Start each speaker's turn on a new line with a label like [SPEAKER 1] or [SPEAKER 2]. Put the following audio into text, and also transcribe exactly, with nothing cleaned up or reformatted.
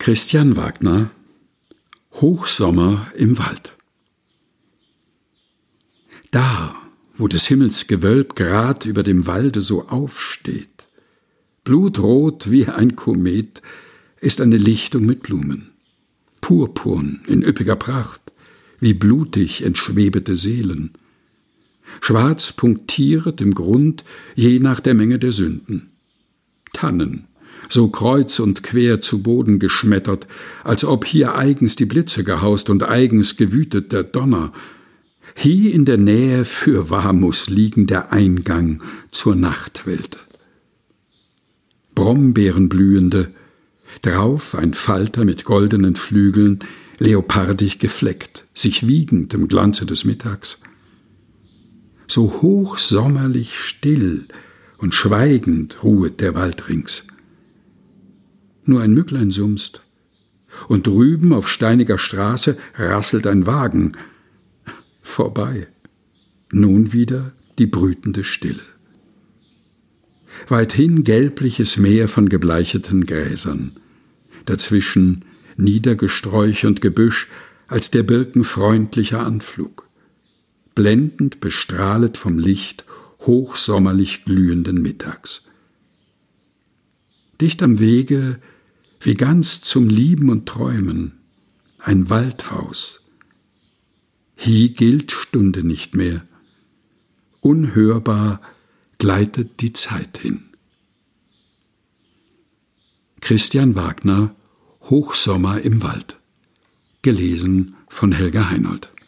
[SPEAKER 1] Christian Wagner: Hochsommer im Wald. Da, wo des Himmels Gewölb grad über dem Walde so aufsteht, blutrot wie ein Komet, ist eine Lichtung mit Blumen, purpurn in üppiger Pracht, wie blutig entschwebete Seelen. Schwarz punktieret im Grund je nach der Menge der Sünden. Tannen, so kreuz und quer zu Boden geschmettert, als ob hier eigens die Blitze gehaust und eigens gewütet der Donner. Hier in der Nähe fürwahr muß liegen der Eingang zur Nachtwelt. Brombeerenblühende, drauf ein Falter mit goldenen Flügeln, leopardig gefleckt, sich wiegend im Glanze des Mittags. So hochsommerlich still und schweigend ruhet der Wald rings. Nur ein Mücklein sumst, und drüben auf steiniger Straße rasselt ein Wagen. Vorbei, nun wieder die brütende Stille. Weithin gelbliches Meer von gebleicheten Gräsern, dazwischen Niedergesträuch und Gebüsch als der Birken freundlicher Anflug, blendend bestrahlet vom Licht hochsommerlich glühenden Mittags. Dicht am Wege, wie ganz zum Lieben und Träumen, ein Waldhaus. Hie gilt Stunde nicht mehr, unhörbar gleitet die Zeit hin. Christian Wagner: Hochsommer im Wald. Gelesen von Helga Heinold.